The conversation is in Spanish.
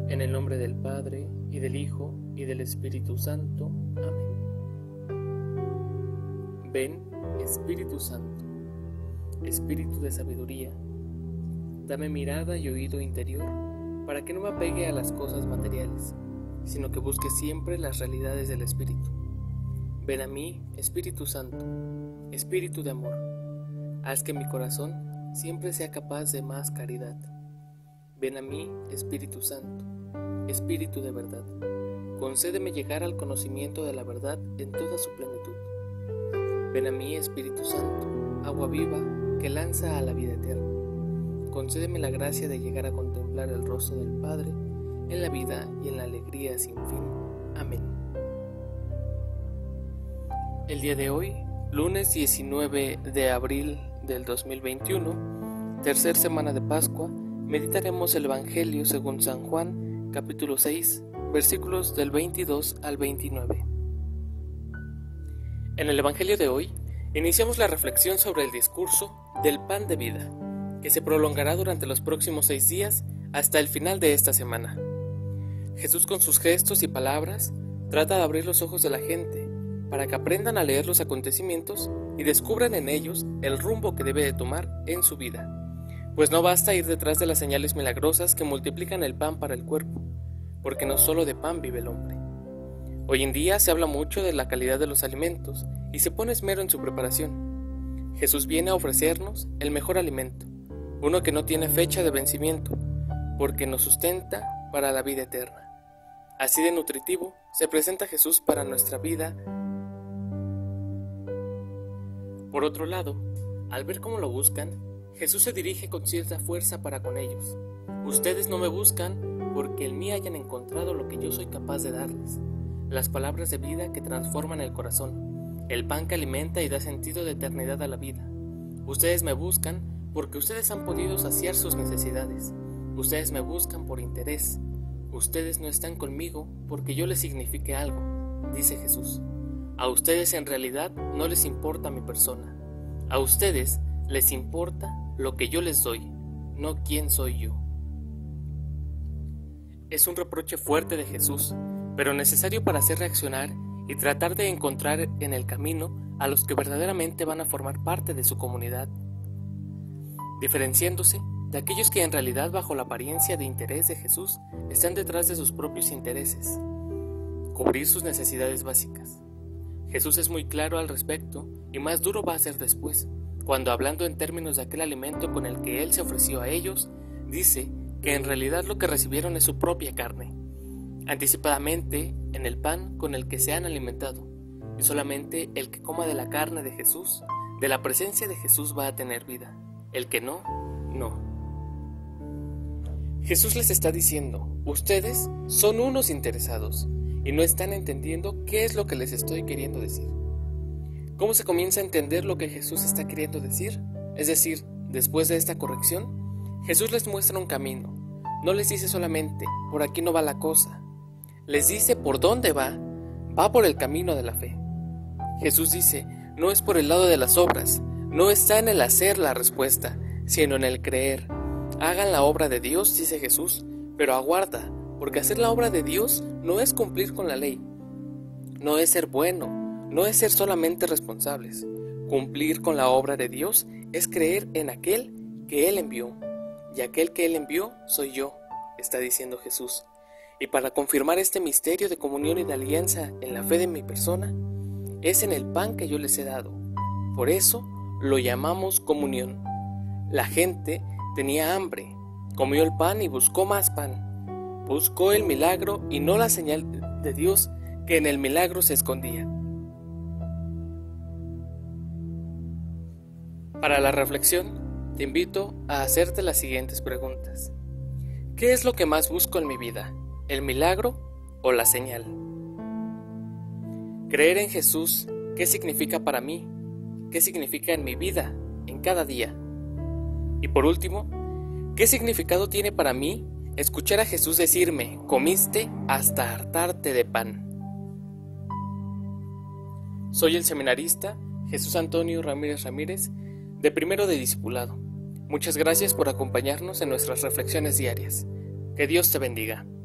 En el nombre del Padre, y del Hijo, y del Espíritu Santo. Amén. Ven, Espíritu Santo, Espíritu de sabiduría, dame mirada y oído interior, para que no me apegue a las cosas materiales, sino que busque siempre las realidades del Espíritu. Ven a mí, Espíritu Santo, Espíritu de amor, haz que mi corazón siempre sea capaz de más caridad. Ven a mí, Espíritu Santo, Espíritu de verdad, concédeme llegar al conocimiento de la verdad en toda su plenitud. Ven a mí, Espíritu Santo, agua viva que lanza a la vida eterna. Concédeme la gracia de llegar a contemplar el rostro del Padre en la vida y en la alegría sin fin. Amén. El día de hoy, lunes 19 de abril del 2021, tercera semana de Pascua, meditaremos el Evangelio según San Juan, capítulo 6, versículos del 22 al 29. En el Evangelio de hoy, iniciamos la reflexión sobre el discurso del pan de vida, que se prolongará durante los próximos 6 días hasta el final de esta semana. Jesús, con sus gestos y palabras, trata de abrir los ojos de la gente para que aprendan a leer los acontecimientos y descubran en ellos el rumbo que debe de tomar en su vida. Pues no basta ir detrás de las señales milagrosas que multiplican el pan para el cuerpo, porque no solo de pan vive el hombre. Hoy en día se habla mucho de la calidad de los alimentos y se pone esmero en su preparación. Jesús viene a ofrecernos el mejor alimento, uno que no tiene fecha de vencimiento, porque nos sustenta para la vida eterna. Así de nutritivo se presenta Jesús para nuestra vida. Por otro lado, al ver cómo lo buscan, Jesús se dirige con cierta fuerza para con ellos. Ustedes no me buscan porque en mí hayan encontrado lo que yo soy capaz de darles, las palabras de vida que transforman el corazón, el pan que alimenta y da sentido de eternidad a la vida. Ustedes me buscan porque ustedes han podido saciar sus necesidades. Ustedes me buscan por interés. Ustedes no están conmigo porque yo les signifique algo, dice Jesús. A ustedes en realidad no les importa mi persona. A ustedes les importa lo que yo les doy, no quién soy yo. Es un reproche fuerte de Jesús, pero necesario para hacer reaccionar y tratar de encontrar en el camino a los que verdaderamente van a formar parte de su comunidad, diferenciándose de aquellos que en realidad, bajo la apariencia de interés de Jesús, están detrás de sus propios intereses, cubrir sus necesidades básicas. Jesús es muy claro al respecto y más duro va a ser después, cuando, hablando en términos de aquel alimento con el que Él se ofreció a ellos, dice que en realidad lo que recibieron es su propia carne, anticipadamente en el pan con el que se han alimentado, y solamente el que coma de la carne de Jesús, de la presencia de Jesús, va a tener vida. El que no, no. Jesús les está diciendo, ustedes son unos interesados y no están entendiendo qué es lo que les estoy queriendo decir. ¿Cómo se comienza a entender lo que Jesús está queriendo decir? Es decir, después de esta corrección, Jesús les muestra un camino. No les dice solamente, por aquí no va la cosa. Les dice por dónde va. Va por el camino de la fe. Jesús dice, no es por el lado de las obras, no está en el hacer la respuesta, sino en el creer. Hagan la obra de Dios, dice Jesús, pero aguarda, porque hacer la obra de Dios no es cumplir con la ley, no es ser bueno, no es ser solamente responsables. Cumplir con la obra de Dios es creer en aquel que Él envió, y aquel que Él envió soy yo, está diciendo Jesús. Y para confirmar este misterio de comunión y de alianza en la fe de mi persona, es en el pan que yo les he dado. Por eso lo llamamos comunión. La gente tenía hambre, comió el pan y buscó más pan. Buscó el milagro y no la señal de Dios que en el milagro se escondía. Para la reflexión, te invito a hacerte las siguientes preguntas. ¿Qué es lo que más busco en mi vida? ¿El milagro o la señal? Creer en Jesús, ¿qué significa para mí? ¿Qué significa en mi vida, en cada día? Y por último, ¿qué significado tiene para mí escuchar a Jesús decirme, comiste hasta hartarte de pan? Soy el seminarista Jesús Antonio Ramírez Ramírez, de primero de discipulado. Muchas gracias por acompañarnos en nuestras reflexiones diarias. Que Dios te bendiga.